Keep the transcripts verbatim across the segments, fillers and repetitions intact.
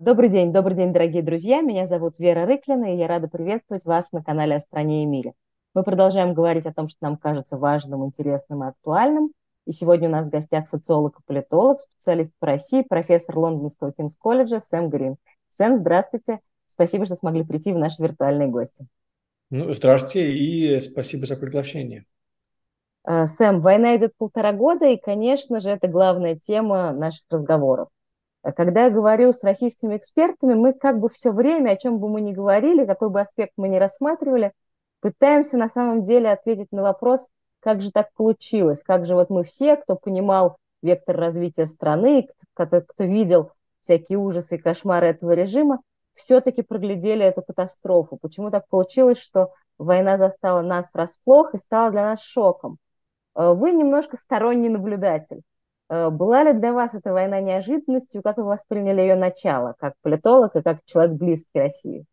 Добрый день, добрый день, дорогие друзья. Меня зовут Вера Рыклина, и я рада приветствовать вас на канале «О стране и мире». Мы продолжаем говорить о том, что нам кажется важным, интересным и актуальным. И сегодня у нас в гостях социолог и политолог, специалист по России, профессор Лондонского Кингс-колледжа Сэм Грин. Сэм, здравствуйте. Спасибо, что смогли прийти в наши виртуальные гости. Ну, здравствуйте и спасибо за приглашение. Э, Сэм, война идет полтора года, и, конечно же, это главная тема наших разговоров. А Когда я говорю с российскими экспертами, мы как бы все время, о чем бы мы ни говорили, какой бы аспект мы ни рассматривали, пытаемся на самом деле ответить на вопрос, как же так получилось, как же вот мы все, кто понимал вектор развития страны, кто, кто видел всякие ужасы и кошмары этого режима, все-таки проглядели эту катастрофу. Почему так получилось, что война застала нас врасплох и стала для нас шоком? Э, Вы немножко сторонний наблюдатель. Э, Была ли для вас эта война неожиданностью? Как вы восприняли ее начало, как политолог и как человек близкий России?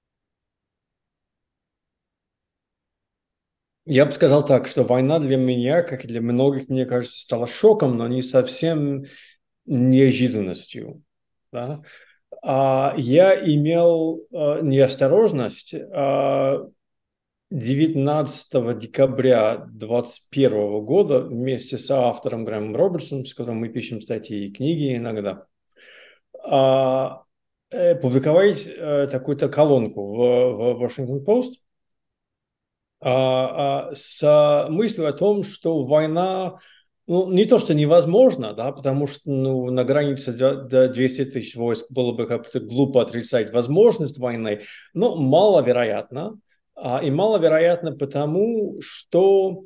Я бы сказал так, что война для меня, как и для многих, мне кажется, стала шоком, но не совсем неожиданностью. Да? А я имел э, неосторожность э, девятнадцатого декабря двадцать первого года вместе с автором Грэмом Робертсоном, с которым мы пишем статьи и книги иногда, а, э, публиковать э, такую-то колонку в, в Washington Post а, а, с мыслью о том, что война, ну, не то, что невозможно, да, потому что ну, на границе до, до двухсот тысяч войск было бы как-то глупо отрицать возможность войны, но маловероятно. А, и маловероятно потому, что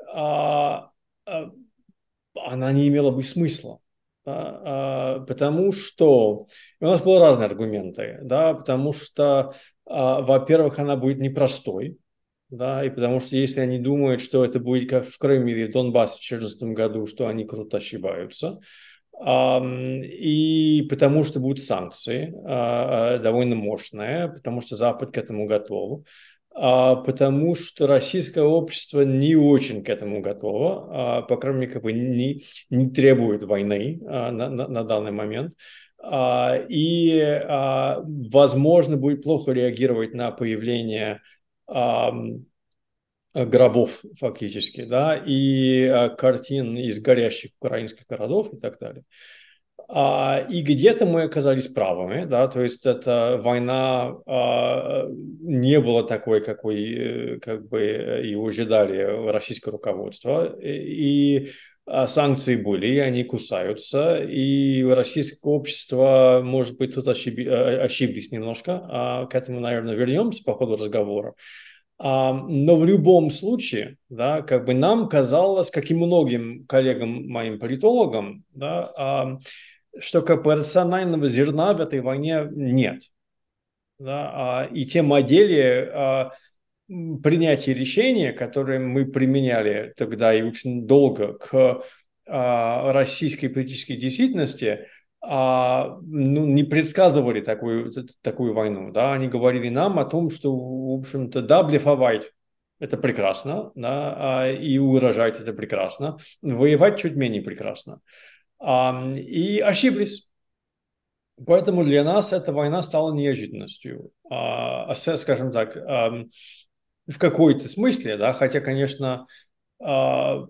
а, а, она не имела бы смысла. Да, а, потому что у нас были разные аргументы, да, потому что, а, во-первых, она будет непростой, да, и потому что если они думают, что это будет как в Крыме или в Донбассе в две тысячи четырнадцатом году, что они круто ошибаются. Ам, И потому что будут санкции а, а, довольно мощные, потому что Запад к этому готов, а, потому что российское общество не очень к этому готово, а, по крайней мере, как бы не, не требует войны а, на, на, на данный момент. А, И, а, возможно, будет плохо реагировать на появление ам, гробов фактически, да, и а, картин из горящих украинских городов и так далее. А, и где-то мы оказались правыми, да, то есть эта война а, не была такой, какой э, как бы э, и ожидали российское руководство, и а, санкции были, и они кусаются, и российское общество, может быть, тут ошиби, э, ошиблись немножко, а, к этому, наверное, вернемся по ходу разговора. А, но в любом случае, да, как бы нам казалось, как и многим коллегам моим политологам, да, а, что как бы рационального зерна в этой войне нет. Да, а, и те модели а, принятия решения, которые мы применяли тогда и очень долго к а, российской политической действительности, а, ну, не предсказывали такую, такую войну. Да? Они говорили нам о том, что, в общем-то, да, блефовать это прекрасно, да, а, и угрожать это прекрасно, воевать чуть менее прекрасно. А, и ошиблись. Поэтому для нас эта война стала неожиданностью. А, а, скажем так, а, в какой-то смысле, да, хотя, конечно, а,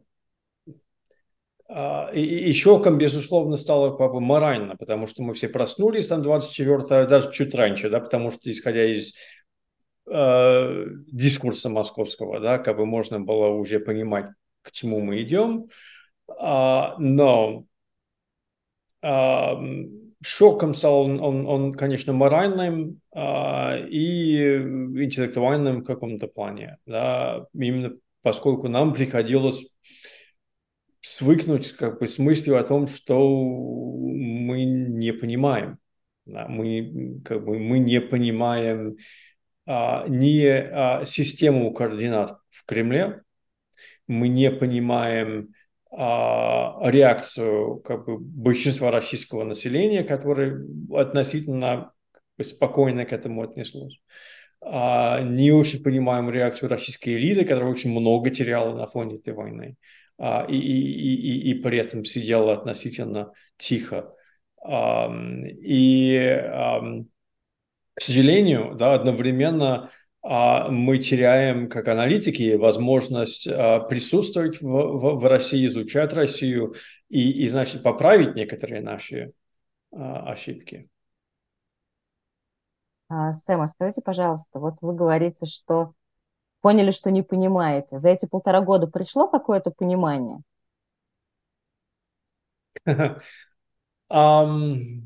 а, и, и шоком, безусловно, стало как бы морально, потому что мы все проснулись там двадцать четвёртого, даже чуть раньше, да, потому что, исходя из э, дискурса московского, да, как бы можно было уже понимать, к чему мы идем, а, но а, шоком стал он, он, он, конечно, моральным а, и интеллектуальным в каком-то плане, да, именно поскольку нам приходилось свыкнуть как бы с мыслью о том, что мы не понимаем, да, мы как бы мы не понимаем а, ни а, систему координат в Кремле, мы не понимаем а, реакцию как бы, большинства российского населения, которое относительно как бы, спокойно к этому отнеслось. А, не очень понимаем реакцию российской элиты, которая очень много теряла на фоне этой войны. А, и, и, и, и при этом сидела относительно тихо. И, к сожалению, да, одновременно мы теряем, как аналитики, возможность присутствовать в, в, в России, изучать Россию и, и, значит, поправить некоторые наши ошибки. А, Сэм, а скажите, пожалуйста, вот вы говорите, что поняли, что не понимаете. За эти полтора года пришло какое-то понимание? Um,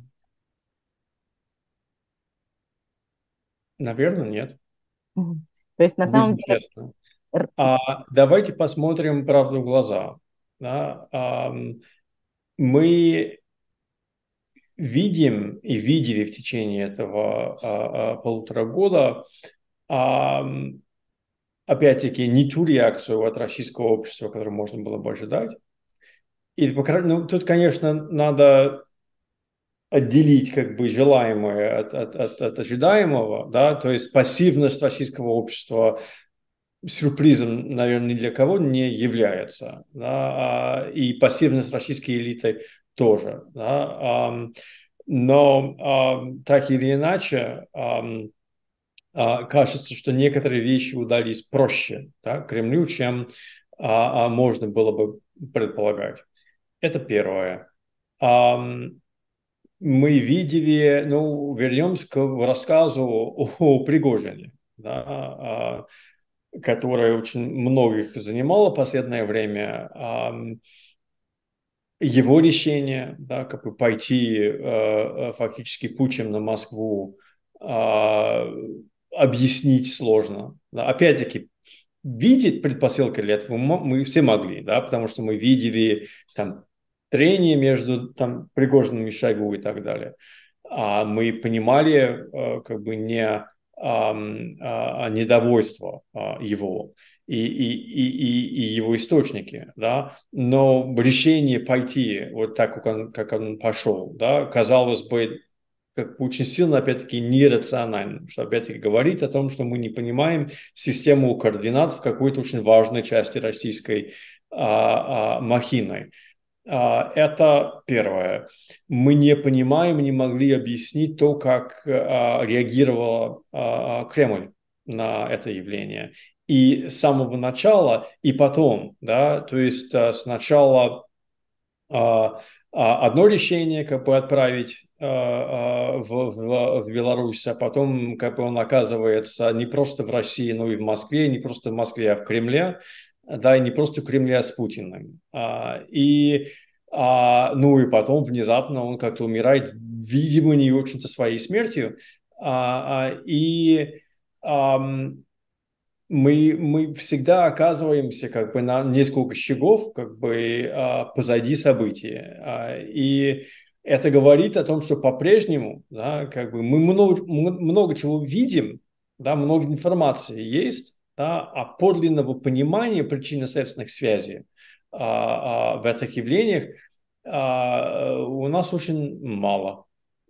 наверное, нет. Мгм. То есть на самом Будем деле, честны. р- А, давайте посмотрим правду в глаза. Да? Ам, мы видим и видели в течение этого а, а, полутора года, ам, опять-таки, не ту реакцию от российского общества, которую можно было бы ожидать. И, по крайней- ну, тут, конечно, надо отделить как бы желаемое от, от, от, от ожидаемого, да, то есть пассивность российского общества сюрпризом, наверное, ни для кого не является, да, а, и пассивность российской элиты тоже, да, а, но а, так или иначе а, а, кажется, что некоторые вещи удались проще, да, Кремлю, чем а, а, можно было бы предполагать. Это первое. А, мы видели, ну, вернемся к рассказу о, о Пригожине, да, а, которая очень многих занимала в последнее время. А, его решение, да, как бы пойти э, э, фактически путем на Москву, а, объяснить сложно. Да. Опять-таки, видеть предпосылки для этого мы мы все могли, да, потому что мы видели там трение между там, Пригожиным и Шойгу и так далее. А мы понимали э, как бы не а, а, недовольство а, его и, и, и, и и его источники, да, но решение пойти вот так, как он, как он пошел, да, казалось бы, как бы очень сильно, опять-таки, нерациональным, что, опять-таки, говорит о том, что мы не понимаем систему координат в какой-то очень важной части российской а, а, махины. А, это первое. Мы не понимаем, не могли объяснить то, как а, реагировал а, Кремль на это явление. И с самого начала, и потом, да, то есть а, сначала а, а, одно решение как бы отправить а, а, в, в, в Беларусь, а потом как бы он оказывается не просто в России, но и в Москве, не просто в Москве, а в Кремле, да, и не просто в Кремле, а с Путиным. А, и а, ну и потом внезапно он как-то умирает, видимо, не очень-то своей смертью. А, а, и ам, мы, мы всегда оказываемся как бы на несколько шагов как бы а, позади событий. А, и это говорит о том, что по-прежнему, да, как бы мы много, много чего видим, да, много информации есть, да, а подлинного понимания причинно-следственных связей а, а, в этих явлениях а, у нас очень мало.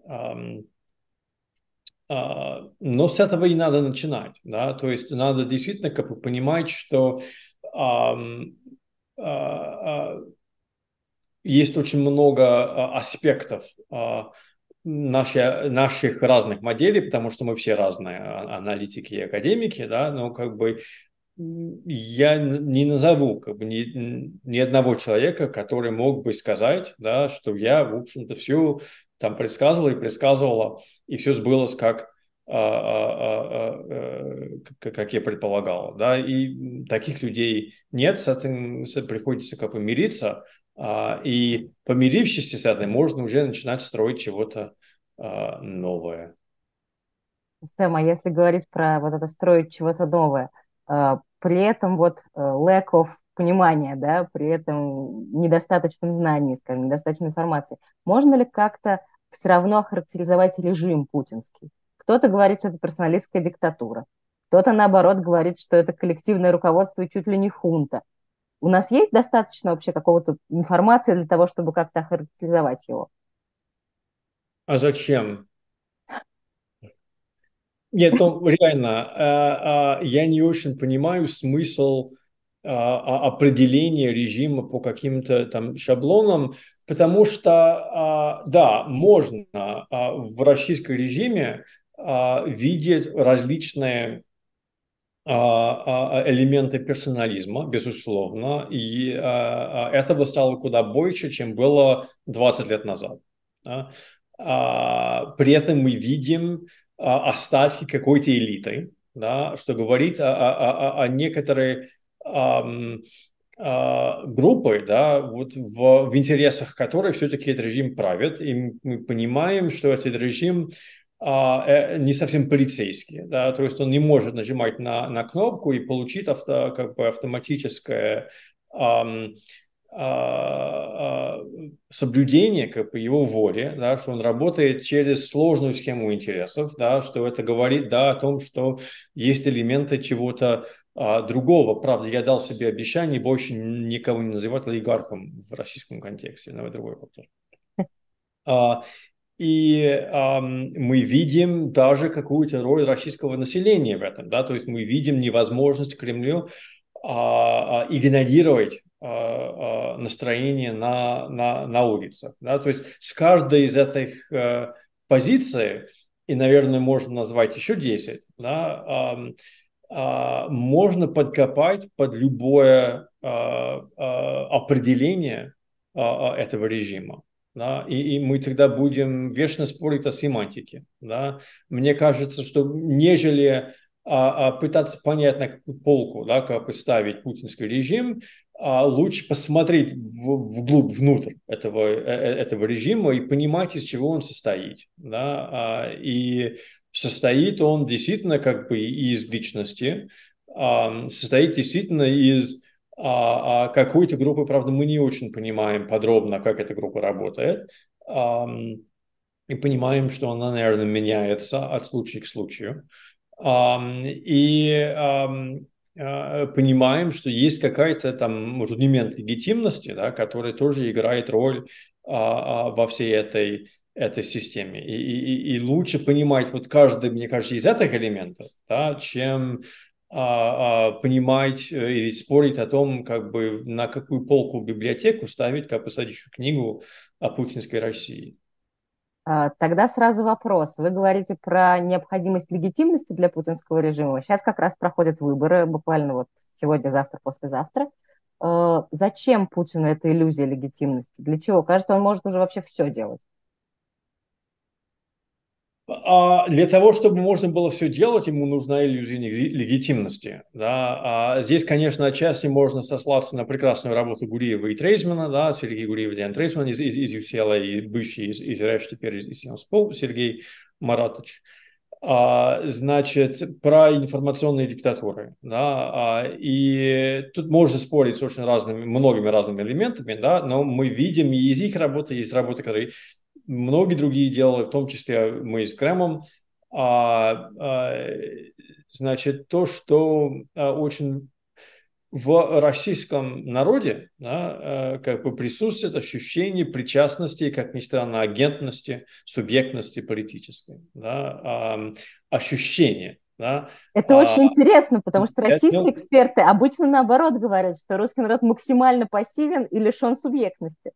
А, но с этого и надо начинать, да, то есть надо действительно как бы понимать, что ам, а, а, есть очень много а, аспектов а, наши, наших разных моделей, потому что мы все разные а, аналитики и академики, да, но как бы м, я не назову как бы ни, ни одного человека, который мог бы сказать, да, что я, в общем-то, все там предсказывала и предсказывала, и все сбылось как а, а, а, а, как как я предполагал, да, и таких людей нет, с этим с этим приходится как бы мириться, а, и помирившись с этим, можно уже начинать строить чего-то а, новое. Сэм, а если говорить про вот это строить чего-то новое, э, при этом вот э, lack of понимания, да, при этом недостаточном знании, скажем, недостаточной информации, можно ли как-то все равно охарактеризовать режим путинский? Кто-то говорит, что это персоналистская диктатура, кто-то, наоборот, говорит, что это коллективное руководство и чуть ли не хунта. У нас есть достаточно вообще какого-то информации для того, чтобы как-то охарактеризовать его? А зачем? Нет, ну реально, а, а, я не очень понимаю смысл а, определение режима по каким-то там шаблонам, потому что, а, да, можно а, в российском режиме а, видеть различные а, а, элементы персонализма, безусловно, и а, а, этого стало куда больше, чем было двадцать лет назад. Да. А, при этом мы видим а, остатки какой-то элиты, да, что говорит о, о, о, о некоторой ам, а, группы, да, вот в, в интересах которой все-таки этот режим правит, и мы понимаем, что этот режим а, э, не совсем полицейский, да, то есть он не может нажимать на, на кнопку и получить авто, как бы автоматическое ам, а, а, соблюдение как бы его воли, да, что он работает через сложную схему интересов, да, что это говорит, да, о том, что есть элементы чего-то а, другого. Правда, я дал себе обещание больше никого не называть олигархом в российском контексте, но это другой вопрос. А, И эм, мы видим даже какую-то роль российского населения в этом, да, то есть мы видим невозможность Кремлю а, а, игнорировать а, а, настроение на, на, на улицах, да, то есть с каждой из этих а, позиций, и, наверное, можно назвать еще десять, да, а, а, можно подкопать под любое а, а, определение а, а, этого режима. Да, и, и мы тогда будем вечно спорить о семантике. Да. Мне кажется, что нежели а, а, пытаться понять, на какую полку, да, как поставить путинский режим, а, лучше посмотреть в, вглубь, внутрь этого, э, э, этого режима и понимать, из чего он состоит. Да. А, и состоит он действительно как бы из личности, а, состоит действительно из а, а какой-то группы, правда, мы не очень понимаем подробно, как эта группа работает, ам, и понимаем, что она, наверное, меняется от случая к случаю. Ам, и ам, а, понимаем, что есть какая-то там рудимент легитимности, да, который тоже играет роль а, а, во всей этой этой системе. И, и, и лучше понимать вот каждый, мне кажется, из этих элементов, да, чем а, а, понимать э, или спорить о том, как бы на какую полку в библиотеку ставить, как посадить еще книгу о путинской России. А, Тогда сразу вопрос. Вы говорите про необходимость легитимности для путинского режима. Сейчас как раз проходят выборы, буквально вот сегодня, завтра, послезавтра. Э, Зачем Путину эта иллюзия легитимности? Для чего? Кажется, он может уже вообще все делать. А для того, чтобы можно было все делать, ему нужна иллюзия легитимности. Да? А здесь, конечно, отчасти можно сослаться на прекрасную работу Гуриева и Трейзмана, да, Сергей Гуриев и Диан Трейзман из, из, из ю си эл эй, и бывший из, из РЭШ, теперь из, из Симспол, Сергей Маратович. А, значит, про информационные диктатуры. Да? А, и тут можно спорить с очень разными, многими разными элементами, да? Но мы видим, и из их работы есть работы, которые многие другие делали, в том числе мы с Кремом. А, а, значит, то, что а, очень в российском народе, да, как бы присутствует ощущение причастности, как ни странно, агентности, субъектности политической. Да, ощущение. Да, Это а, очень интересно, потому что это, российские эксперты обычно наоборот говорят, что русский народ максимально пассивен и лишен субъектности.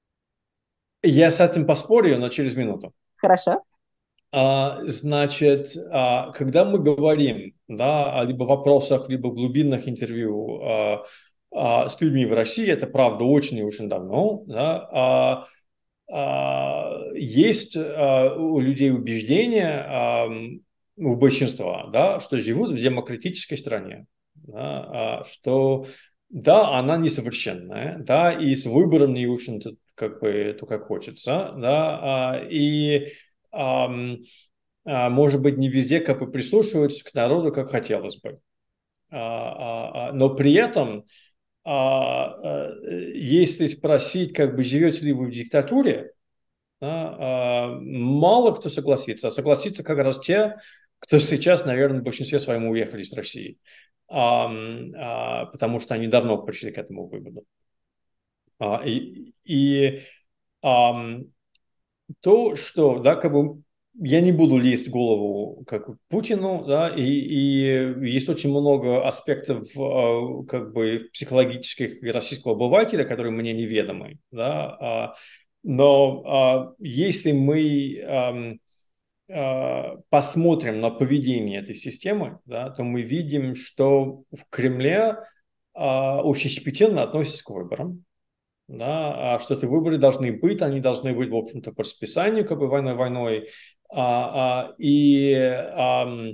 я с этим поспорю, но через минуту. Хорошо? А, значит, а, когда мы говорим, да, о либо вопросах, либо глубинных интервью а, а, с людьми в России, это правда очень и очень давно, да, а, а, есть а, у людей убеждение, а, у большинства, да, что живут в демократической стране, да, а, что да, она несовершенная, да, и с выбором не очень-то как бы то, как хочется, да, а, и ам, а, может быть, не везде как бы прислушиваются к народу, как хотелось бы. А, а, а, но при этом, а, а, если спросить, как бы живете ли вы в диктатуре, да, а, мало кто согласится. А согласится как раз те, кто сейчас, наверное, в большинстве своем уехали из России. А, а, потому что они давно пришли к этому выводу. А, и и а, то, что, да, как бы я не буду лезть в голову как Путину, да, и, и есть очень много аспектов э, как бы психологических и российского обывателя, которые мне неведомы, да, а, но а, если мы ам, а, посмотрим на поведение этой системы, да, то мы видим, что в Кремле а, очень щепетильно относятся к выборам, да, а что эти выборы должны быть, они должны быть, в общем-то, по расписанию, как бы войной войной, а, а, и ам,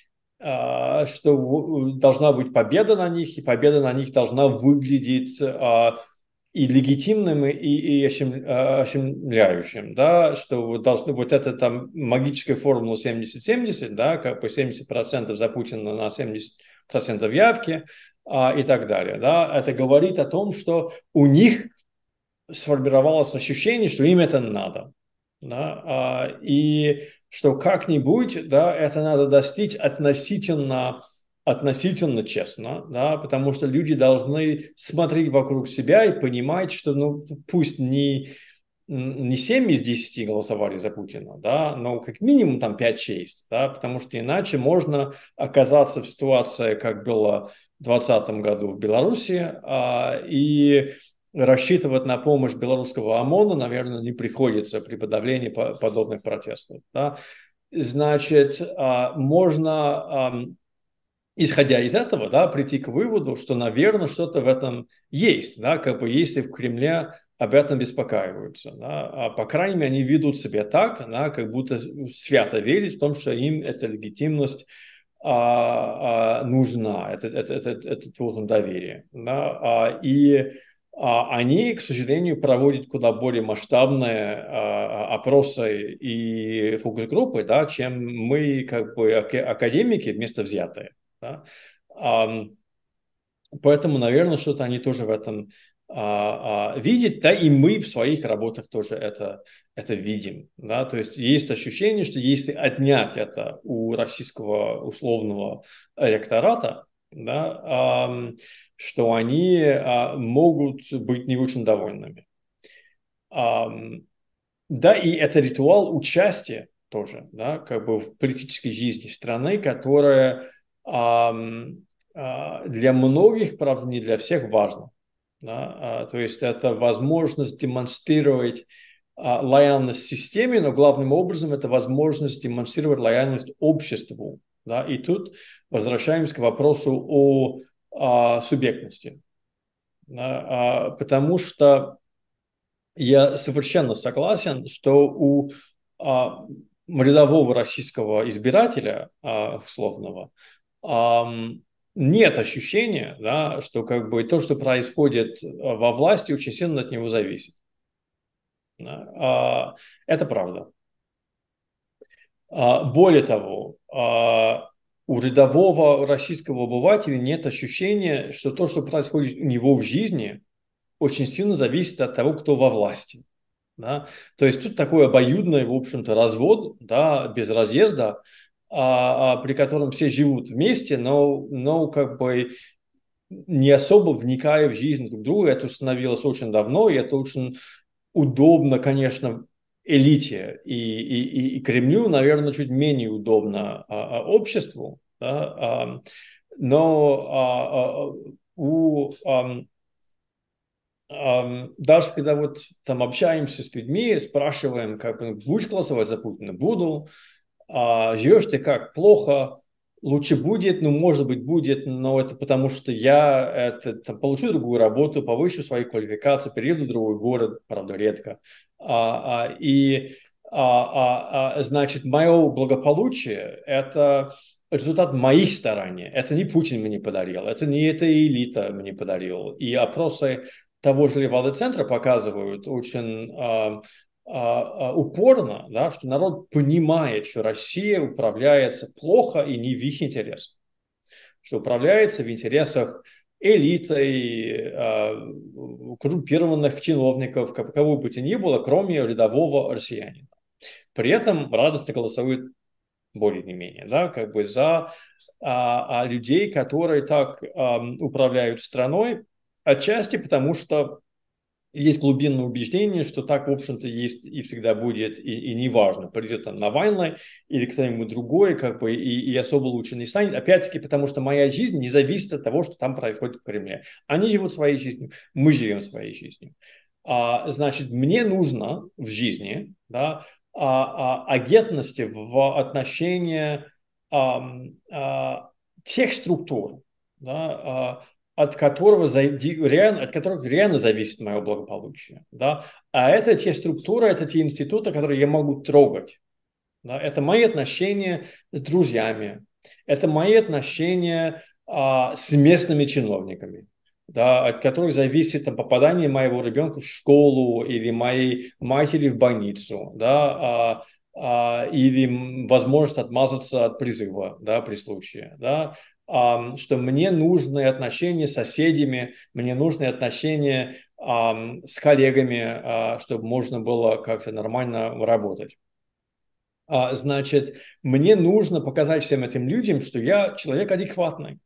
а, что в- должна быть победа на них, и победа на них должна выглядеть а, и легитимным, и, и ощем- а, ощемляющим, да, что вот должно вот эта там магическая формула семьдесят семьдесят, да, как бы семьдесят процентов за Путина на семьдесят процентов явки, а, и так далее, да, это говорит о том, что у них сформировалось ощущение, что им это надо. Да, а, и что как-нибудь, да, это надо достичь относительно, относительно честно, да, потому что люди должны смотреть вокруг себя и понимать, что, ну, пусть не, не семь из десяти голосовали за Путина, да, но как минимум там пять-шесть, да, потому что иначе можно оказаться в ситуации, как было в двадцатом году в Беларуси, а, и рассчитывать на помощь белорусского ОМОНа, наверное, не приходится при подавлении подобных протестов. Да. Значит, а, можно, исходя из этого, да, прийти к выводу, что, наверное, что-то в этом есть, да, как бы если в Кремле об этом беспокаиваются. Да, а по крайней мере, они ведут себя так, да, как будто свято верят в том, что им эта легитимность а, а, нужна, это, это, это, это, это вот доверие. Да, а, и а, они, к сожалению, проводят куда более масштабные а, опросы и фокус-группы, да, чем мы, как бы, академики, вместо взятые. Да. А, поэтому, наверное, что-то они тоже в этом а, а, видят, да, и мы в своих работах тоже это, это видим. Да. То есть есть ощущение, что если отнять это у российского условного электората, да, а, что они а, могут быть не очень довольными. А, да, и это ритуал участия тоже, да, как бы в политической жизни страны, которая ам, а, для многих, правда, не для всех важна. Да, а, то есть это возможность демонстрировать а, лояльность системе, но главным образом это возможность демонстрировать лояльность обществу. Да, и тут возвращаемся к вопросу о а, субъектности. Да, а, потому что я совершенно согласен, что у а, рядового российского избирателя, а, условного, ам, нет ощущения, да, что как бы то, что происходит во власти, очень сильно от него зависит. Да. А, это правда. А, более того, а, у рядового российского обывателя нет ощущения, что то, что происходит у него в жизни, очень сильно зависит от того, кто во власти. Да? То есть тут такой обоюдный, в общем-то, развод, да, без разъезда, а, а, при котором все живут вместе, но, но как бы не особо вникая в жизнь друг друга. Это установилось очень давно, и это очень удобно, конечно, элите и, и, и, и Кремлю, наверное, чуть менее удобно а, а, обществу. Да? А, но а, а, у... А, даже когда вот там общаемся с людьми, спрашиваем, как бы, будешь голосовать за Путина? Буду. А живешь ты как? Плохо. Лучше будет, ну, может быть, будет, но это потому, что я это, там, получу другую работу, повышу свои квалификации, перееду в другой город, правда, редко. А, а, и, а, а, а, значит, мое благополучие – это результат моих стараний. Это не Путин мне подарил, это не эта элита мне подарила. И опросы того же Левада-центра показывают очень а, а, а, упорно, да, что народ понимает, что Россия управляется плохо и не в их интересах, что управляется в интересах элиты, а, коррумпированных чиновников, кого бы то ни было, кроме рядового россиянина. При этом радостно голосуют более не менее, да, как бы за а, а людей, которые так а, управляют страной, отчасти потому что есть глубинное убеждение, что так, в общем-то, есть и всегда будет, и, и неважно, придет там Навальный или кто-нибудь другой, как бы, и, и особо лучше не станет. Опять-таки, потому что моя жизнь не зависит от того, что там происходит в Кремле. Они живут своей жизнью, мы живем своей жизнью. А, значит, мне нужно в жизни, да, а, а, агентности в отношении а, а, тех структур, да, а, от которого реально, от которых реально зависит мое благополучие. Да? А это те структуры, это те институты, которые я могу трогать. Да? Это мои отношения с друзьями, это мои отношения а, с местными чиновниками, да, от которых зависит там, попадание моего ребенка в школу или моей матери в больницу, да, а, а, или возможность отмазаться от призыва, да, при случае. Да, а, что мне нужны отношения с соседями, мне нужны отношения а, с коллегами, а, чтобы можно было как-то нормально работать. А, значит, мне нужно показать всем этим людям, что я человек адекватный.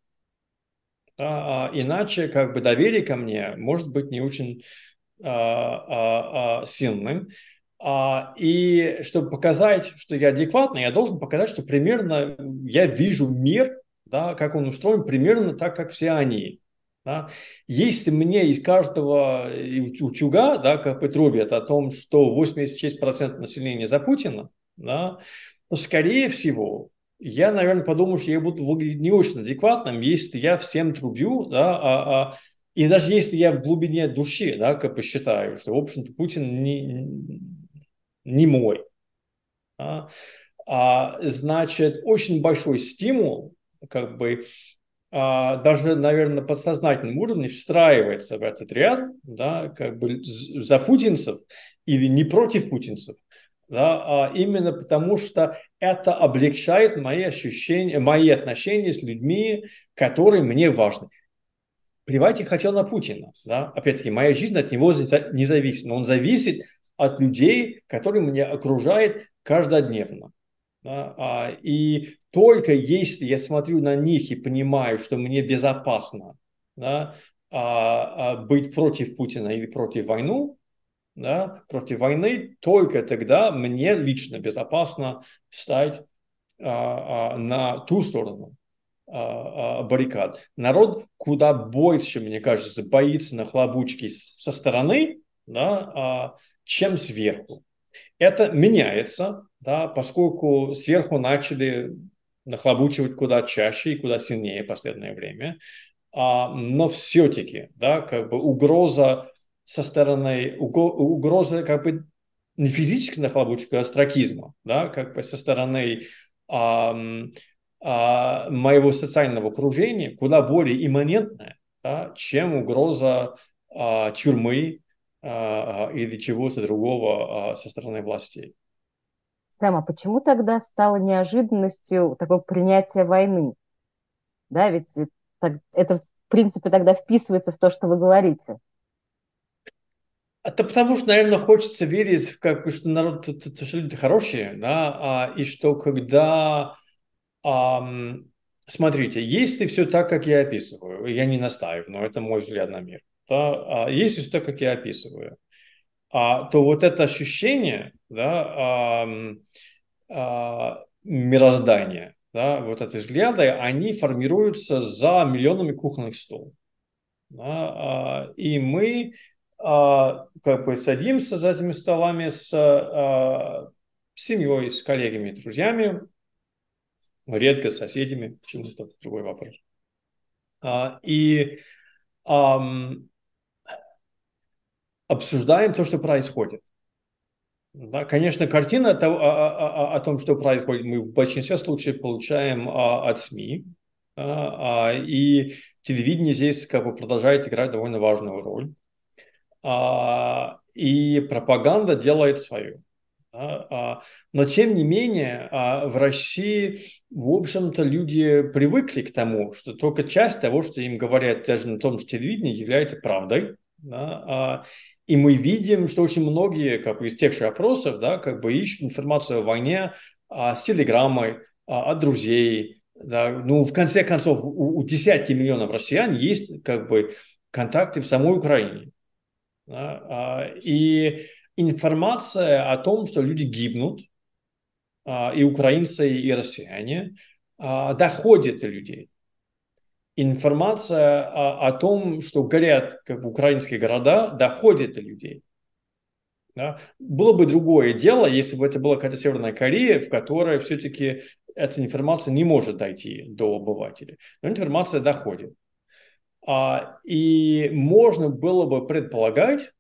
А, а, иначе как бы доверие ко мне может быть не очень а, а, а, сильным. А, и чтобы показать, что я адекватный, я должен показать, что примерно я вижу мир, да, как он устроен, примерно так, как все они. Да. Если мне из каждого утюга, да, как бы трубят о том, что восемьдесят шесть процентов населения за Путина, да, то, скорее всего, я, наверное, подумаю, что я буду выглядеть не очень адекватным, если я всем трубю, да, а, а, и даже если я в глубине души, да, как бы считаю, что, в общем-то, Путин не, не мой. Да, а, значит, очень большой стимул, как бы, а, даже, наверное, на подсознательном уровне встраивается в этот ряд, да, как бы за путинцев или не против путинцев, да, а именно потому что это облегчает мои ощущения, мои отношения с людьми, которые мне важны. Плевать я хотел на Путина, да, опять-таки, моя жизнь от него не зависит, но он зависит от людей, которые меня окружают каждодневно. Да, а, и только если я смотрю на них и понимаю, что мне безопасно, да, а, а, быть против Путина или против войны, да, против войны, только тогда мне лично безопасно встать а, а, на ту сторону а, а, баррикад. Народ куда больше, мне кажется, боится нахлобучки со стороны, да, а, чем сверху. Это меняется, да, поскольку сверху начали нахлобучивать куда чаще и куда сильнее в последнее время. А, но все-таки, да, как бы угроза со стороны, угроза как бы не физически нахлобучки, а астракизма, да, как бы со стороны а, а, моего социального окружения куда более имманентная, да, чем угроза а, тюрьмы а, или чего-то другого а, со стороны властей. Сэм, а почему тогда стало неожиданностью такое принятие войны? Да, ведь это, это, в принципе, тогда вписывается в то, что вы говорите. Это потому что, наверное, хочется верить, как бы, что народ, это, это, что люди хорошие, да, а, и что когда, ам, смотрите, если все так, как я описываю, я не настаиваю, но это мой взгляд на мир, да, а, если все так, как я описываю, а, то вот это ощущение, да, ам, а, мироздания, да, вот эти взгляды, они формируются за миллионами кухонных столов. Да, а, и мы а, как бы садимся за этими столами с а, семьей, с коллегами, друзьями, редко с соседями, почему-то другой вопрос. А, и ам, обсуждаем то, что происходит. Да, конечно, картина о, о, о, о том, что происходит, мы в большинстве случаев получаем а, от СМИ, а, а, и телевидение здесь как бы продолжает играть довольно важную роль. А, и пропаганда делает свое. Да, а, но тем не менее а, в России, в общем-то, люди привыкли к тому, что только часть того, что им говорят даже на том же телевидении, является правдой. Да, а, и мы видим, что очень многие, как бы из тех же опросов, да, как бы ищут информацию о войне а, с телеграммой, а, от друзей. Да. Ну, в конце концов, у, у десятки миллионов россиян есть как бы контакты в самой Украине. Да? А, И информация о том, что люди гибнут, а, и украинцы, и россияне, а, доходит до людей. Информация о, о том, что горят как бы, украинские города, доходит до людей. Да? Было бы другое дело, если бы это была какая-то Северная Корея, в которой все-таки эта информация не может дойти до обывателей. Но информация доходит. А, и можно было бы предполагать,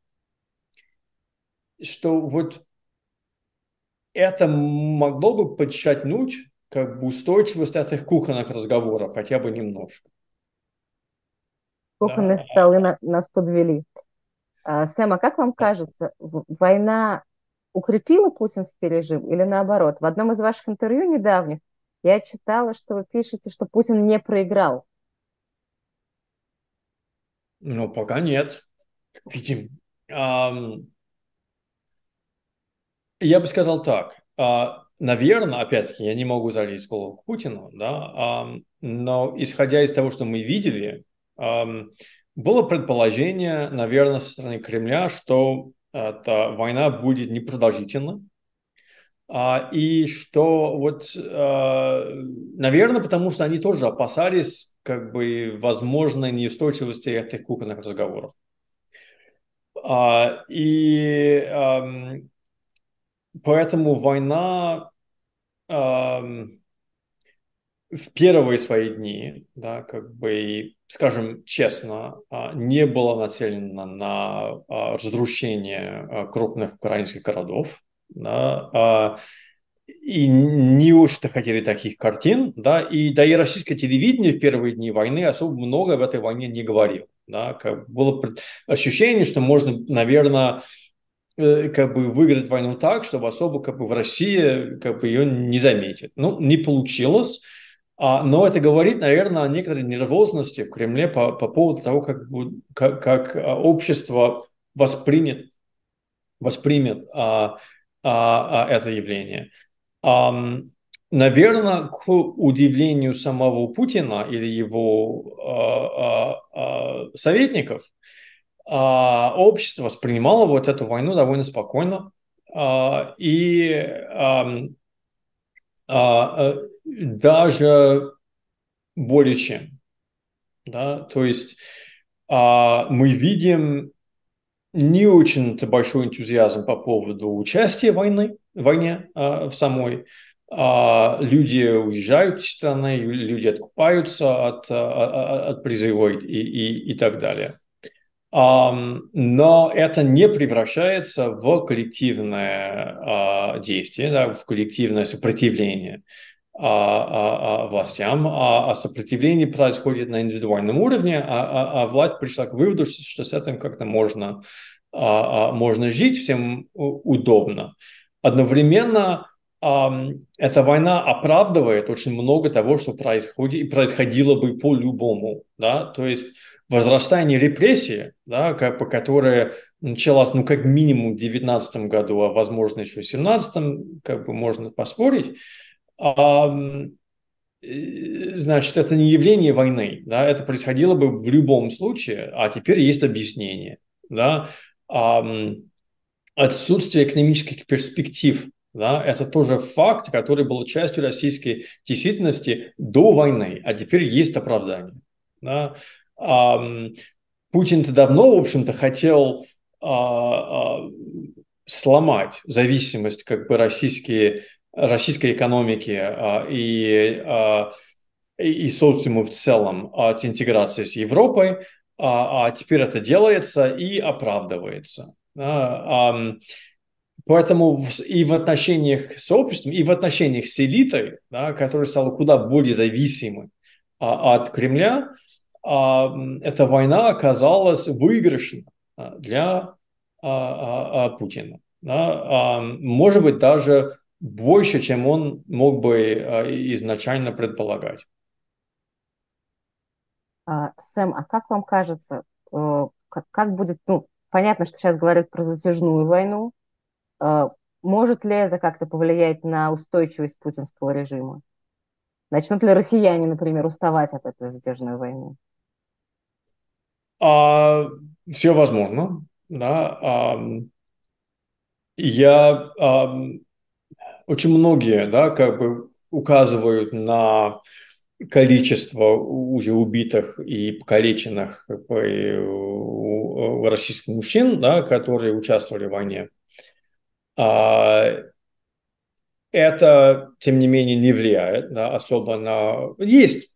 что вот это могло бы подчеркнуть как бы устойчивость этих кухонных разговоров хотя бы немножко. Кухонные Да? столы на- нас подвели. А, Сэм, а как вам кажется, в- война укрепила путинский режим или наоборот? В одном из ваших интервью недавних я читала, что вы пишете, что Путин не проиграл. Ну, пока нет. Видим. Ам, Я бы сказал так. А, Наверное, опять-таки, я не могу залезть в голову к Путину, да, ам, но исходя из того, что мы видели, ам, было предположение, наверное, со стороны Кремля, что эта война будет непродолжительна. А, и что вот, а, наверное, потому что они тоже опасались как бы возможной неустойчивости этих кухонных разговоров. А, и ам, поэтому война ам, в первые свои дни, да, как бы, скажем честно, а, не была нацелена на а, разрушение а, крупных украинских городов. Да, а, и не очень-то хотели таких картин, да, и да и российское телевидение в первые дни войны особо много об этой войне не говорило, да, как было ощущение, что можно, наверное, э, как бы выиграть войну так, чтобы особо как бы в России как бы ее не заметит. Ну, не получилось, а, но это говорит, наверное, о некоторой нервозности в Кремле по, по поводу того, как, бу- как, как а, общество воспринят, воспримет а, а, а, это явление. Ам, Наверное, к удивлению самого Путина или его а, а, а, советников, а, общество воспринимало вот эту войну довольно спокойно. А, и ам, а, а, даже более чем. Да? То есть а, мы видим не очень-то большой энтузиазм по поводу участия в войны, в войне а, в самой. А, люди уезжают из страны, люди откупаются от, а, а, от призыва и, и, и так далее. Ам, Но это не превращается в коллективное а, действие, да, в коллективное сопротивление а, а, а, властям, а, а сопротивление происходит на индивидуальном уровне, а, а, а власть пришла к выводу, что, что с этим как-то можно, а, а, можно жить, всем у- удобно. Одновременно ам, эта война оправдывает очень много того, что происходит и происходило бы по-любому, да, то есть возрастание репрессий, да, как, по которой началась, ну, как минимум в девятнадцатом году, а возможно еще в семнадцатом, как бы можно поспорить, а, э, значит, это не явление войны, да, это происходило бы в любом случае, а теперь есть объяснение, да. А, Отсутствие экономических перспектив, да, это тоже факт, который был частью российской действительности до войны, а теперь есть оправдание. Да. Путин-то давно, в общем-то, хотел а, а, сломать зависимость как бы российские, российской экономики а, и, а, и, и социума в целом от интеграции с Европой, а, а теперь это делается и оправдывается. Да. Ам, Поэтому в- и в отношениях с обществом, и в отношениях с элитой, да, которая стала куда более зависимой а, от Кремля, а, м, эта война оказалась выигрышной а, для а, а, а, Путина. Да. А, может быть, даже больше, чем он мог бы а, изначально предполагать. А, Сэм, а как вам кажется, э, как, как будет, ну, понятно, что сейчас говорят про затяжную войну, э, может ли это как-то повлиять на устойчивость путинского режима? Начнут ли россияне, например, уставать от этой затяжной войны? А, Все возможно. да, а, я а, очень многие, да, как бы указывают на количество уже убитых и покалеченных как бы, у, у российских мужчин, да, которые участвовали в войне. А, это, тем не менее, не влияет, да, особо на... Есть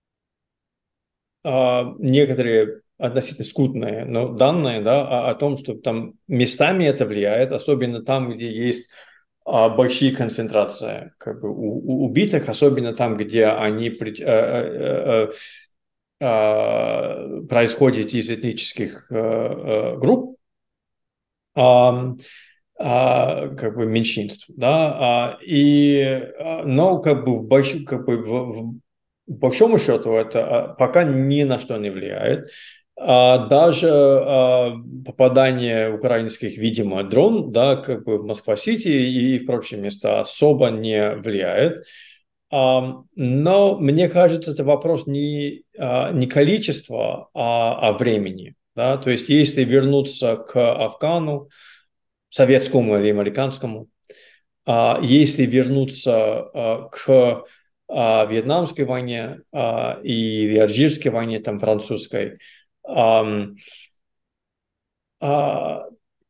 а, некоторые относительно скудные, но данные, да, о, о том, что там местами это влияет, особенно там, где есть а, большие концентрации как бы, у, у убитых, особенно там, где они при- а, а, а, происходят из этнических а, а, групп, а, а, как бы меньшинств, да, а, и, а, но как бы в, больш, как бы в, в большому счету это а, пока ни на что не влияет. А, даже а, попадание украинских, видимо, дрон, да, как бы в Москва-Сити и в прочие места особо не влияет. А, но мне кажется, это вопрос не, а, не количества, а, а времени. Да? То есть, если вернуться к Афгану, советскому или американскому. А если вернуться а, к а, Вьетнамской войне а, и Алжирской войне, там французской, а, а,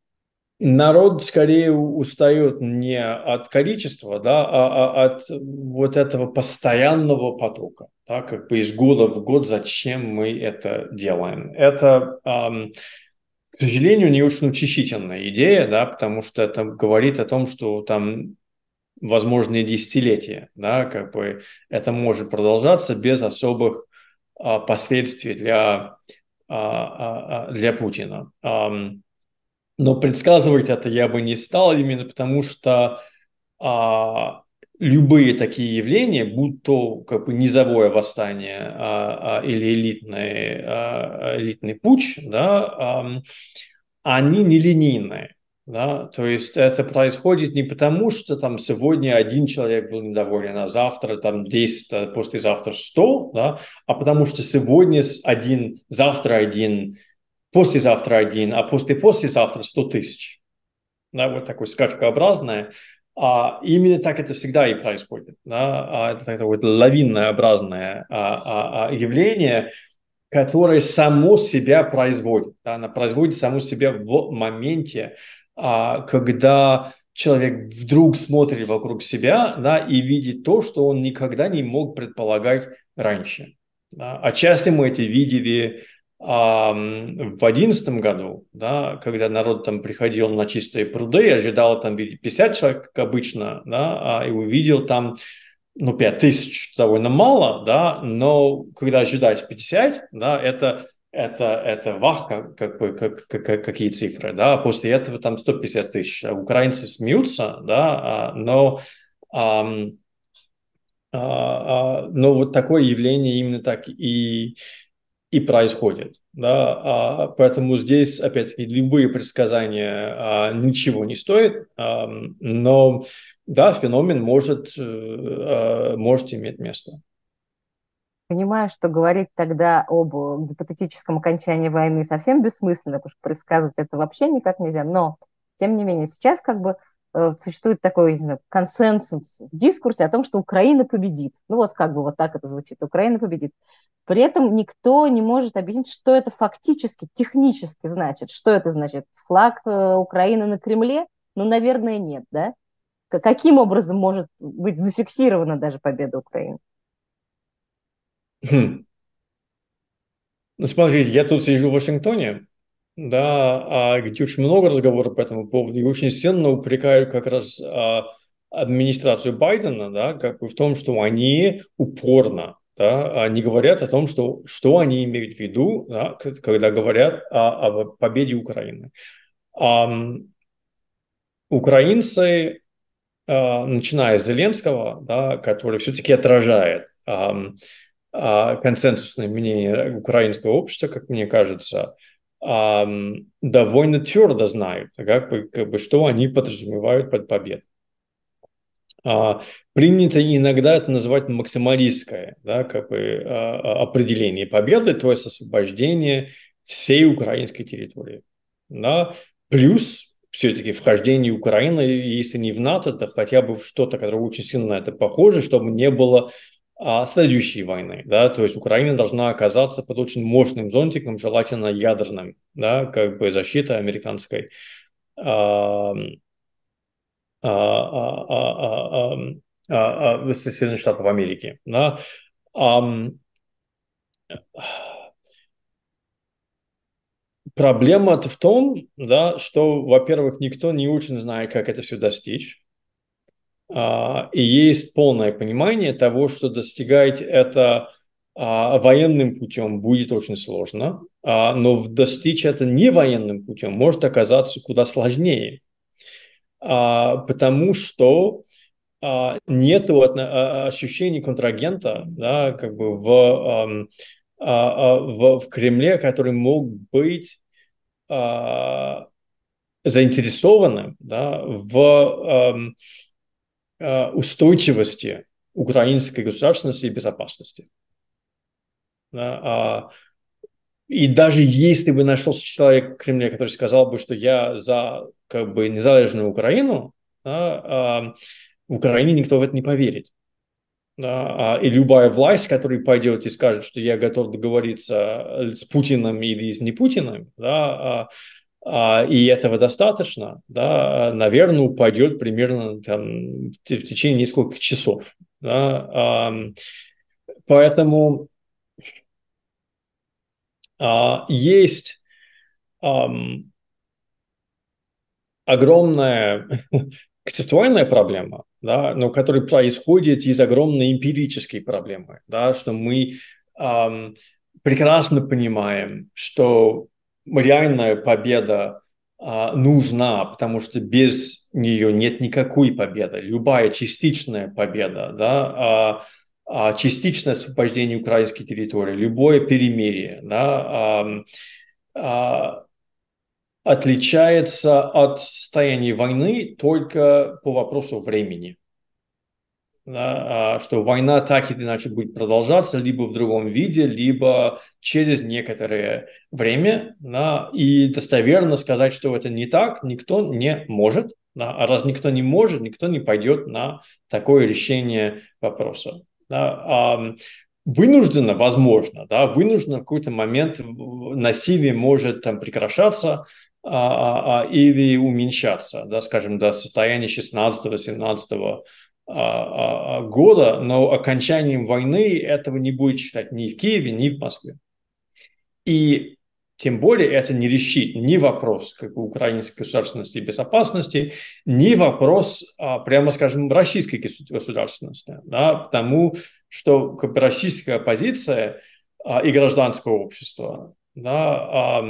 народ скорее устает не от количества, да, а, а от вот этого постоянного потока, да, как бы из года в год, зачем мы это делаем. Это, ам, к сожалению, не очень утешительная идея, да, потому что это говорит о том, что там возможные десятилетия, да, как бы это может продолжаться без особых а, последствий для, а, а, а, для Путина. Ам, но предсказывать это я бы не стал, именно потому что а, любые такие явления, будь то как бы низовое восстание а, а, или элитный, а, элитный путч, да, ам, они нелинейные. Да? То есть это происходит не потому, что там сегодня один человек был недоволен, а завтра там десять, а послезавтра сто, да? А потому что сегодня один, завтра один, послезавтра один, а после-послезавтра сто тысяч. Да? Вот такое скачкообразное. А именно так это всегда и происходит. Да? А это такое вот лавиннообразное а, а, а явление, которое само себя производит. Да? Она производит саму себя в моменте, а, когда человек вдруг смотрит вокруг себя, да, и видит то, что он никогда не мог предполагать раньше. Да? Отчасти мы это видели а, в две тысячи одиннадцатом году, да, когда народ там приходил на чистые пруды, ожидал там видеть пятьдесят человек, как обычно, да, а, и увидел там ну, пять тысяч довольно мало, да, но когда ожидать пятьдесят, да, это, это, это вах, как, как бы, как, как, какие цифры, да, после этого там сто пятьдесят тысяч. А украинцы смеются, да, а, но, а, а, а, но вот такое явление именно так и, и происходит. Да, а, поэтому здесь, опять-таки, любые предсказания а, ничего не стоят, а, но да, феномен может, э, а, может иметь место. Понимаю, что говорить тогда об гипотетическом окончании войны совсем бессмысленно, потому что предсказывать это вообще никак нельзя. Но, тем не менее, сейчас как бы э, существует такой, не знаю, консенсус в дискурсе о том, что Украина победит. Ну вот как бы вот так это звучит. Украина победит. При этом никто не может объяснить, что это фактически, технически значит. Что это значит? Флаг э, Украины на Кремле? Ну, наверное, нет, да? К- Каким образом может быть зафиксирована даже победа Украины? Хм. Ну, смотрите, я тут сижу в Вашингтоне, да, а где очень много разговоров по этому поводу, и очень сильно упрекают как раз а, администрацию Байдена, да, как бы в том, что они упорно, да, не говорят о том, что, что они имеют в виду, да, к- когда говорят о, о победе Украины. Ам, украинцы, а, начиная с Зеленского, да, который все-таки отражает ам, а, консенсусное мнение украинского общества, как мне кажется, ам, довольно твердо знают, как бы, как бы, что они подразумевают под победой. А, принято иногда это называть максималистское, да, как бы, а, а, определение победы, то есть освобождение всей украинской территории. Да? Плюс все-таки вхождение Украины, если не в НАТО, то хотя бы в что-то, которое очень сильно на это похоже, чтобы не было а, следующей войны. Да? То есть Украина должна оказаться под очень мощным зонтиком, желательно ядерным, да? Как бы защита американской а, а, а, а, а, а, Соединенных Штатов Америки. Да? А, проблема-то в том, да, что, во-первых, никто не очень знает, как это все достичь. А, и есть полное понимание того, что достигать это а, военным путем будет очень сложно, а, но достичь это не военным путем может оказаться куда сложнее, а, потому что а, нету отно- а, ощущения контрагента, да, как бы в, ам, а, а, в, в Кремле, который мог быть а, заинтересованным, да, в ам, а, устойчивости украинской государственности и безопасности. Да, а, и даже если бы нашелся человек в Кремле, который сказал бы, что я за как бы незалежную Украину, да, а, в Украине никто в это не поверит. Да, а, и любая власть, которая пойдет и скажет, что я готов договориться с Путиным или с не Путиным, да, а, а, и этого достаточно, да, наверное, упадет примерно там, в, в течение нескольких часов. Да, а, поэтому а, есть ам, огромная концептуальная проблема, да, но которая происходит из огромной эмпирической проблемы, да, что мы ам, прекрасно понимаем, что реальная победа а, нужна, потому что без нее нет никакой победы. Любая частичная победа, да, а, а, частичное освобождение украинской территории, любое перемирие, да, а, а, отличается от состояния войны только по вопросу времени. Да, а, что война так или иначе будет продолжаться либо в другом виде, либо через некоторое время. Да, и достоверно сказать, что это не так, никто не может. Да, а раз никто не может, никто не пойдет на такое решение вопроса. Да, а, вынужденно, возможно, да, вынужденно в какой-то момент насилие может там прекращаться, а, а, или уменьшаться, да, скажем, до состояния шестнадцатого-семнадцатого года, но окончанием войны этого не будет считать ни в Киеве, ни в Москве. И тем более это не решит ни вопрос как бы, украинской государственности и безопасности, ни вопрос, прямо скажем, российской государственности. Да, потому что как бы, российская оппозиция и гражданское общество да,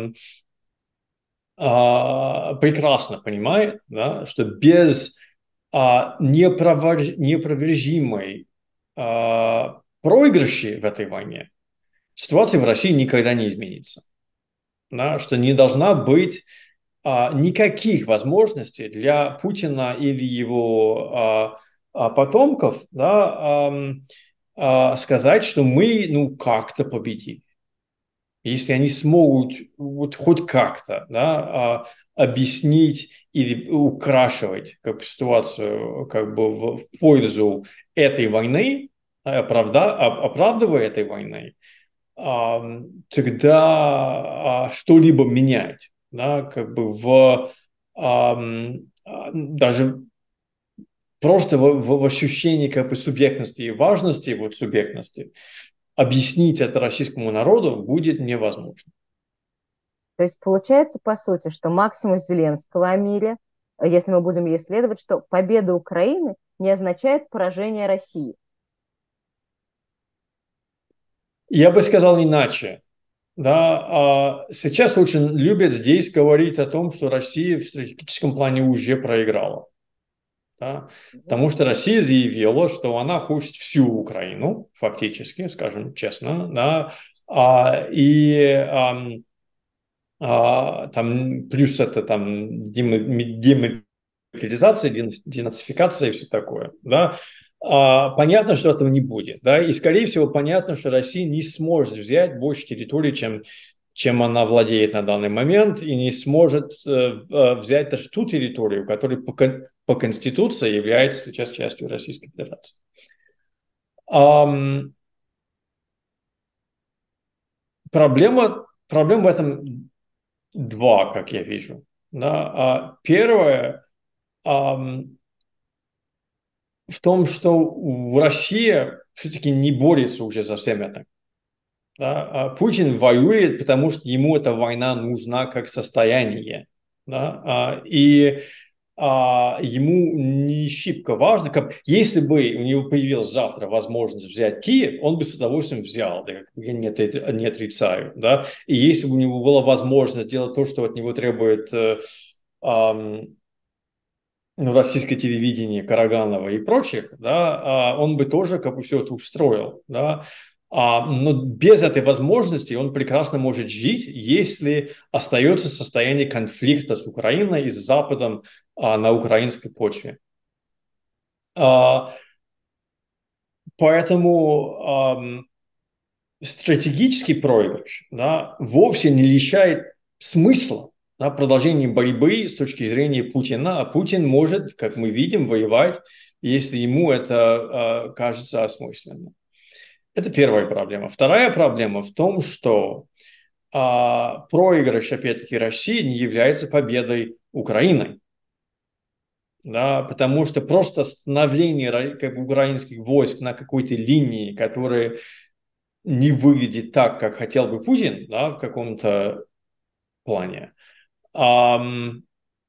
прекрасно понимает, да, что без а, непровер... непровержимой а, проигрыши в этой войне ситуация в России никогда не изменится. Да, что не должна быть а, никаких возможностей для Путина или его а, а, потомков да, а, а, сказать, что мы ну, как-то победили. Если они смогут вот хоть как-то да, объяснить или украшивать как бы, ситуацию как бы в, в пользу этой войны, оправда, оправдывая этой войны, тогда что-либо менять, да, как бы в даже просто в, в, в ощущении как бы субъектности и важности вот субъектности объяснить это российскому народу будет невозможно. То есть получается, по сути, что максимум Зеленского о мире, если мы будем ей следовать, что победа Украины не означает поражение России. Я бы сказал иначе. Да, сейчас очень любят здесь говорить о том, что Россия в стратегическом плане уже проиграла. Да? Потому что Россия заявила, что она хочет всю Украину, фактически, скажем честно, да, и А, там, плюс это там демилитаризация, денацификация и все такое. Да? А, понятно, что этого не будет. Да? И, скорее всего, понятно, что Россия не сможет взять больше территории, чем чем она владеет на данный момент, и не сможет э, взять даже ту территорию, которая по, по Конституции является сейчас частью Российской Федерации. Um, проблема, проблема в этом два, как я вижу. Да? Первое um, в том, что в России все-таки не борется уже за всем этим. Да? Путин воюет, потому что ему эта война нужна как состояние. Да? И а, ему не шибко важно, как, если бы у него появилась завтра возможность взять Киев, он бы с удовольствием взял, да, я не, не отрицаю. Да? И если бы у него была возможность сделать то, что от него требует э, э, ну, российское телевидение, Караганова и прочих, да, он бы тоже как бы все это устроил. Да. А, но без этой возможности он прекрасно может жить, если остается состояние конфликта с Украиной и с Западом а, на украинской почве. А, поэтому а, стратегический проигрыш, да, вовсе не лишает смысла, да, продолжение борьбы с точки зрения Путина. А Путин может, как мы видим, воевать, если ему это э, кажется осмысленным. Это первая проблема. Вторая проблема в том, что э, проигрыш, опять-таки, России не является победой Украины. Да, потому что просто становление как бы, украинских войск на какой-то линии, которая не выглядит так, как хотел бы Путин, да, в каком-то плане, um,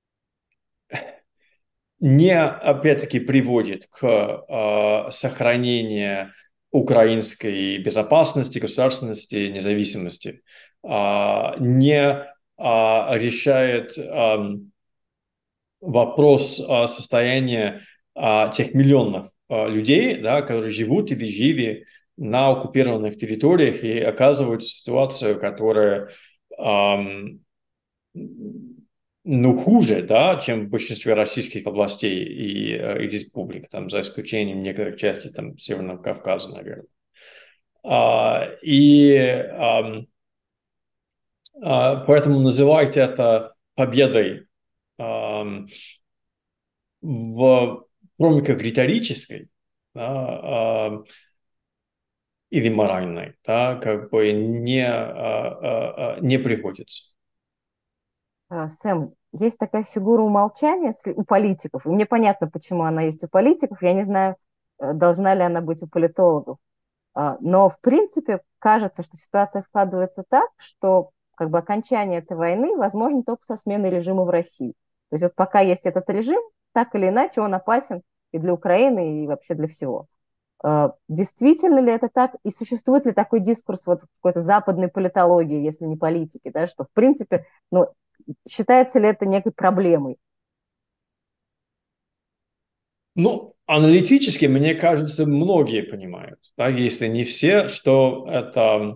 не, опять-таки, приводит к uh, сохранению украинской безопасности, государственности, независимости, uh, не uh, решает um, вопрос uh, состояния uh, тех миллионов uh, людей, да, которые живут или жили на оккупированных территориях и оказываются в ситуацию, которая эм, ну, хуже, да, чем в большинстве российских областей и, и республик, там, за исключением некоторых частей там, Северного Кавказа, наверное. А, и а, а, поэтому называть это победой а, в, кроме как риторической, да, а, или моральной, да, как бы не, а, а, не приходится. Сэм, есть такая фигура умолчания у политиков, и мне понятно, почему она есть у политиков, я не знаю, должна ли она быть у политологов, но в принципе кажется, что ситуация складывается так, что как бы окончание этой войны возможно только со сменой режима в России. То есть вот пока есть этот режим, так или иначе он опасен и для Украины, и вообще для всего. Действительно ли это так? И существует ли такой дискурс вот в какой-то западной политологии, если не политики, да, что в принципе, ну, считается ли это некой проблемой? Ну, аналитически, мне кажется, многие понимают, да, если не все, что это,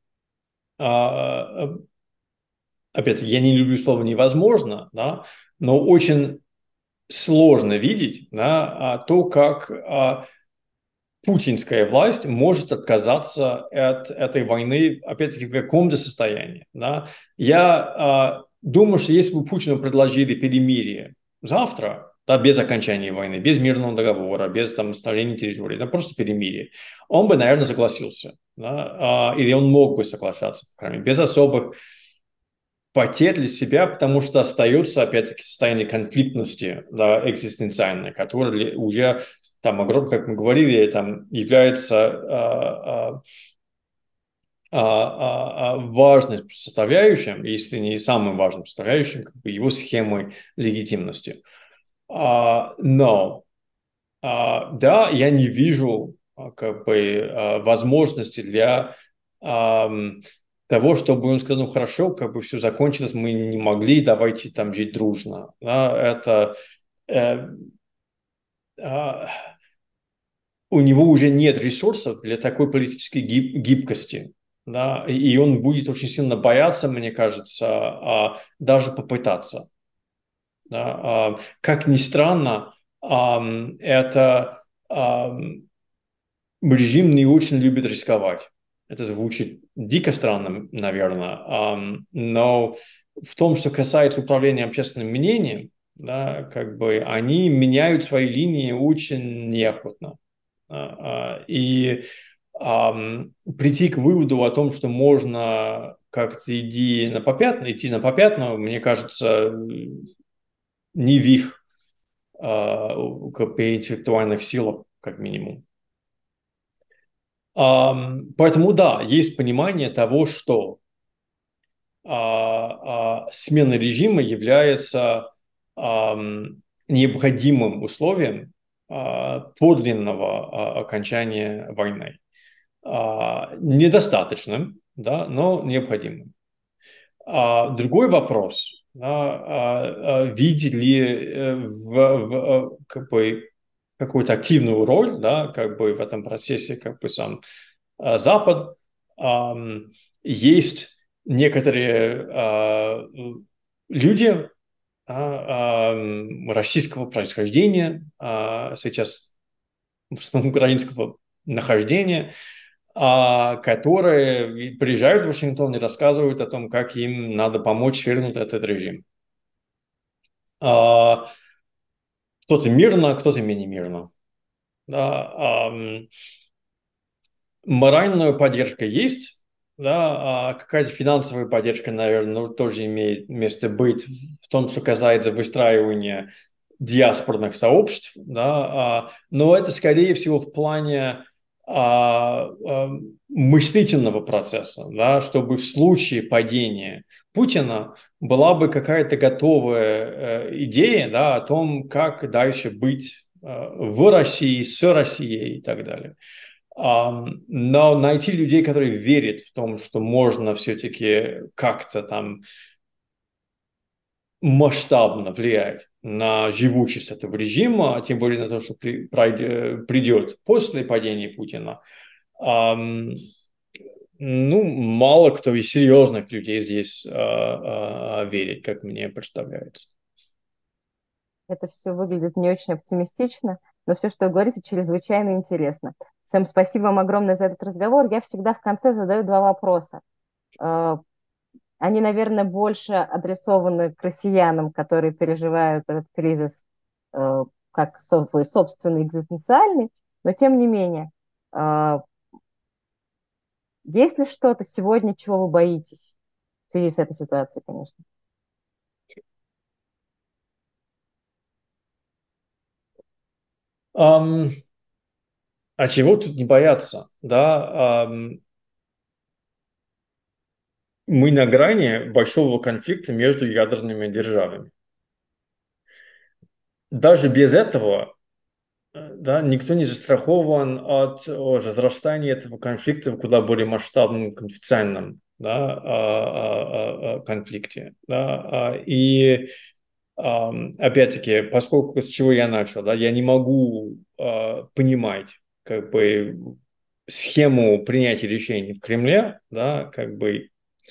а, опять-таки, я не люблю слово «невозможно», да, но очень сложно видеть, да, то, как а, путинская власть может отказаться от этой войны, опять-таки, в каком-то состоянии. Да. Я а, думаю, что если бы Путину предложили перемирие завтра, да, без окончания войны, без мирного договора, без там оставления территории, да, просто перемирие, он бы, наверное, согласился. Да, а, или он мог бы соглашаться, по крайней мере, без особых потерь для себя, потому что остается, опять-таки, состояние конфликтности, да, экзистенциальной, которое уже, там, огромное, как мы говорили, там, является а, а, а, а, важным составляющим, если не самым важным составляющим, как бы его схемой легитимности. А, но, а, да, я не вижу как бы возможности для а, того, чтобы он сказал, ну хорошо, как бы все закончилось, мы не могли, давайте там жить дружно. Да, это э, э, у него уже нет ресурсов для такой политической гиб- гибкости. Да, и он будет очень сильно бояться, мне кажется, а, даже попытаться. Да, а, как ни странно, а, это а, режим не очень любит рисковать. Это звучит дико странно, наверное, ам, но в том, что касается управления общественным мнением, да, как бы они меняют свои линии очень неохотно. А, а, И ам, прийти к выводу о том, что можно как-то иди на попятную, идти на попятную, мне кажется, не в их а, у- как бы интеллектуальных силах, как минимум. Ам, Поэтому да, есть понимание того, что а, а, смена режима является ам, необходимым условием а, подлинного а, окончания войны. А, недостаточным, да, но необходимым. А, другой вопрос, да, а, а, видит ли э, в, в, э, как бы, какую-то активную роль, да, как бы в этом процессе как бы сам а, Запад. Ам, есть некоторые а, люди а, ам, российского происхождения, а, сейчас в основном украинского нахождения, а, которые приезжают в Вашингтон и рассказывают о том, как им надо помочь вернуть этот режим. А, Кто-то мирно, кто-то менее мирно. Да, ам, моральная поддержка есть, да, а какая-то финансовая поддержка, наверное, ну, тоже имеет место быть в том, что касается выстраивания диаспорных сообществ, да, а, но это скорее всего в плане а, а, мыслительного процесса, да, чтобы в случае падения Путина была бы какая-то готовая э, идея, да, о том, как дальше быть э, в России, с Россией и так далее. Ам, но найти людей, которые верят в том, что можно все-таки как-то там масштабно влиять на живучесть этого режима, а тем более на то, что при, пройдет, придет после падения Путина, ам, ну, мало кто из серьезных людей здесь а, а, верит, как мне представляется. Это все выглядит не очень оптимистично, но все, что вы говорите, чрезвычайно интересно. Сэм, спасибо вам огромное за этот разговор. Я всегда в конце задаю два вопроса. Э, Они, наверное, больше адресованы к россиянам, которые переживают этот кризис э, как свой собственный экзистенциальный, но тем не менее, э, есть ли что-то сегодня, чего вы боитесь в связи с этой ситуацией, конечно? Ам, а чего тут не бояться? Да, ам, мы на грани большого конфликта между ядерными державами. Даже без этого, э, да, никто не застрахован от разрастания этого конфликта в куда более масштабном конфиденциальном, да, а, а, а, конфликте. Да, а, и ам, опять-таки, поскольку с чего я начал, да, я не могу а, понимать как бы схему принятия решений в Кремле, да, как бы,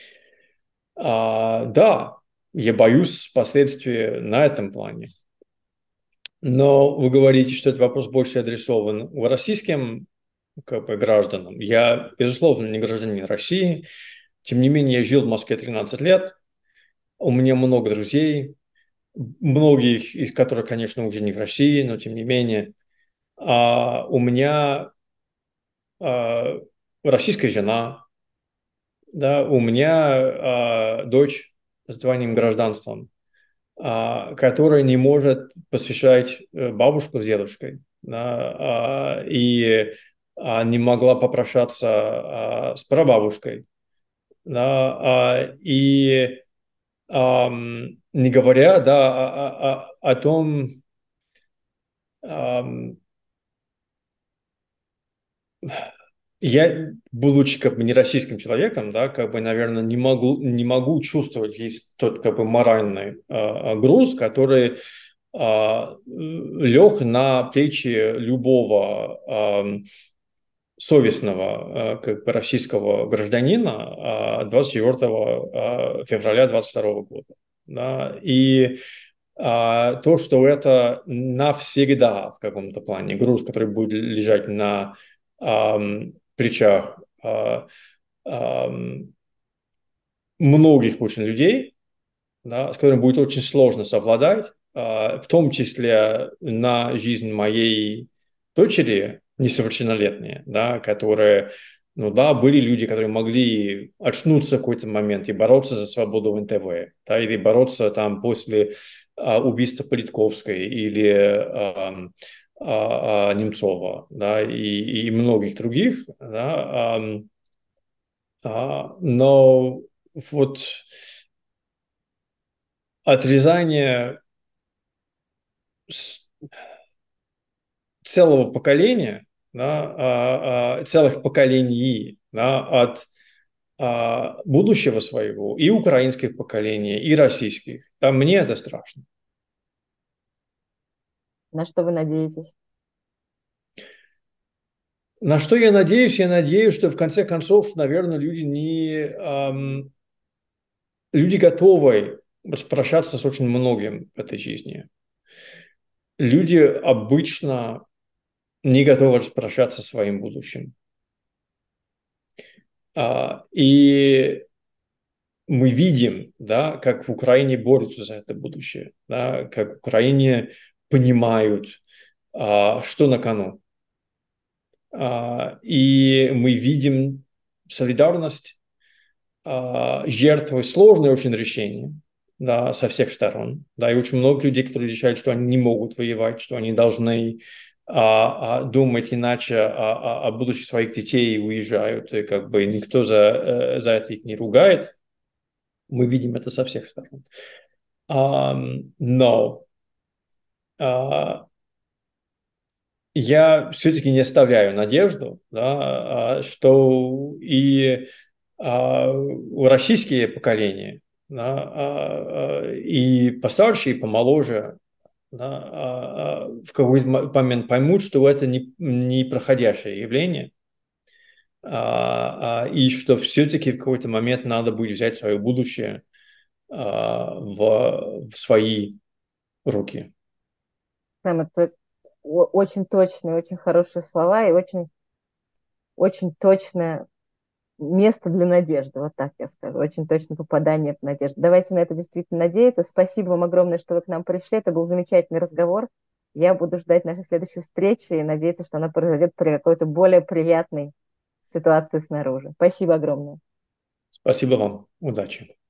а, да, я боюсь последствий на этом плане. Но вы говорите, что этот вопрос больше адресован у российским как бы, гражданам. Я, безусловно, не гражданин России. Тем не менее, я жил в Москве тринадцать лет. У меня много друзей, многих из которых, конечно, уже не в России, но тем не менее. А у меня а, российская жена, да, у меня а, дочь с двойным гражданством, а, которая не может посещать э, бабушку с дедушкой, да, а, и а, не могла попрощаться а, с прабабушкой, да, а, и ам, не говоря, да, о, о- о том, ам, я, будучи как бы не российским человеком, да, как бы, наверное, не могу, не могу чувствовать весь тот как бы моральный а, груз, который а, лег на плечи любого а, совестного а, как бы российского гражданина а, двадцать четвёртого а, февраля двадцать второго года. Да, и а, то, что это навсегда в каком-то плане груз, который будет лежать на ам, плечах а, ам, многих очень людей, да, с которыми будет очень сложно совладать, а, в том числе на жизнь моей дочери несовершеннолетней, да, которые, ну да, были люди, которые могли очнуться в какой-то момент и бороться за свободу в эн тэ вэ, да, или бороться там после а, убийства Политковской или а, а, а, Немцова, да, и, и многих других, да, а, а, но вот отрезание с- целого поколения, да, а, а, целых поколений, да, от а, будущего своего, и украинских поколений, и российских. Да, мне это страшно. На что вы надеетесь? На что я надеюсь? Я надеюсь, что в конце концов, наверное, люди не ам, люди готовы распрощаться с очень многим в этой жизни. Люди обычно не готовы распрощаться со своим будущим. А, и мы видим, да, как в Украине борются за это будущее, да, как в Украине понимают, а, что на кону. А, и мы видим солидарность, а, жертвы, сложное очень решение, да, со всех сторон. Да, и очень много людей, которые решают, что они не могут воевать, что они должны а, а, думать иначе о, о, о будущем своих детей и уезжают, и как бы никто за, э, за это их не ругает. Мы видим это со всех сторон. Um, но а, я все-таки не оставляю надежду, да, а, что и а, у российские поколения, да, а, а, и постарше, и помоложе, да, а, а, в какой-то момент поймут, что это не, не проходящее явление, а, а, и что все-таки в какой-то момент надо будет взять свое будущее а, в, в свои руки. Сэм, это о- очень точные, очень хорошие слова и очень, очень точное место для надежды, вот так я скажу, очень точное попадание в надежду. Давайте на это действительно надеяться. Спасибо вам огромное, что вы к нам пришли. Это был замечательный разговор. Я буду ждать нашей следующей встречи и надеяться, что она произойдет при какой-то более приятной ситуации снаружи. Спасибо огромное. Спасибо вам. Удачи.